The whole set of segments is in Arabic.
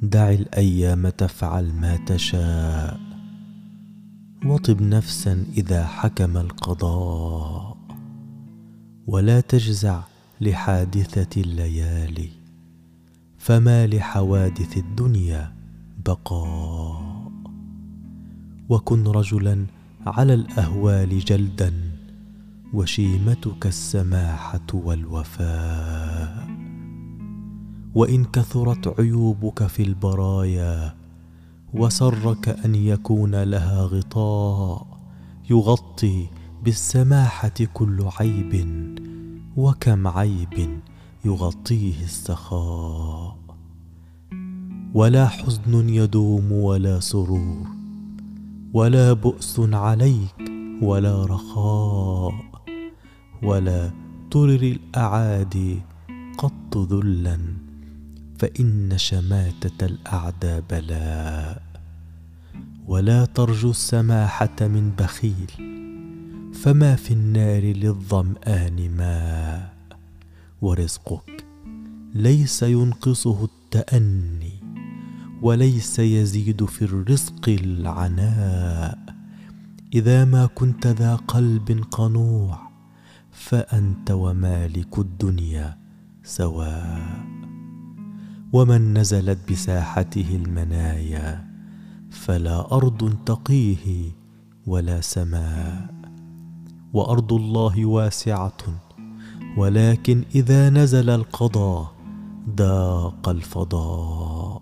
دع الأيام تفعل ما تشاء، وطب نفسا إذا حكم القضاء، ولا تجزع لحادثة الليالي، فما لحوادث الدنيا بقاء. وكن رجلا على الأهوال جلدا، وشيمتك السماحة والوفاء. وإن كثرت عيوبك في البرايا، وسرك أن يكون لها غطاء، يغطي بالسماحة كل عيب، وكم عيب يغطيه السخاء. ولا حزن يدوم ولا سرور، ولا بؤس عليك ولا رخاء، ولا ترر الأعادي قط ذلا، فإن شماتة الأعدى بلاء. ولا ترجو السماحة من بخيل، فما في النار للظمآن ماء. ورزقك ليس ينقصه التأني، وليس يزيد في الرزق العناء. إذا ما كنت ذا قلب قنوع، فأنت ومالك الدنيا سواء. ومن نزلت بساحته المنايا، فلا أرض تقيه ولا سماء. وأرض الله واسعة، ولكن إذا نزل القضاء ضاق الفضاء.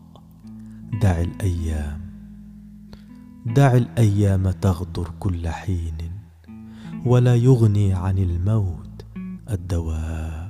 دع الأيام تغدر كل حين، ولا يغني عن الموت الدواء.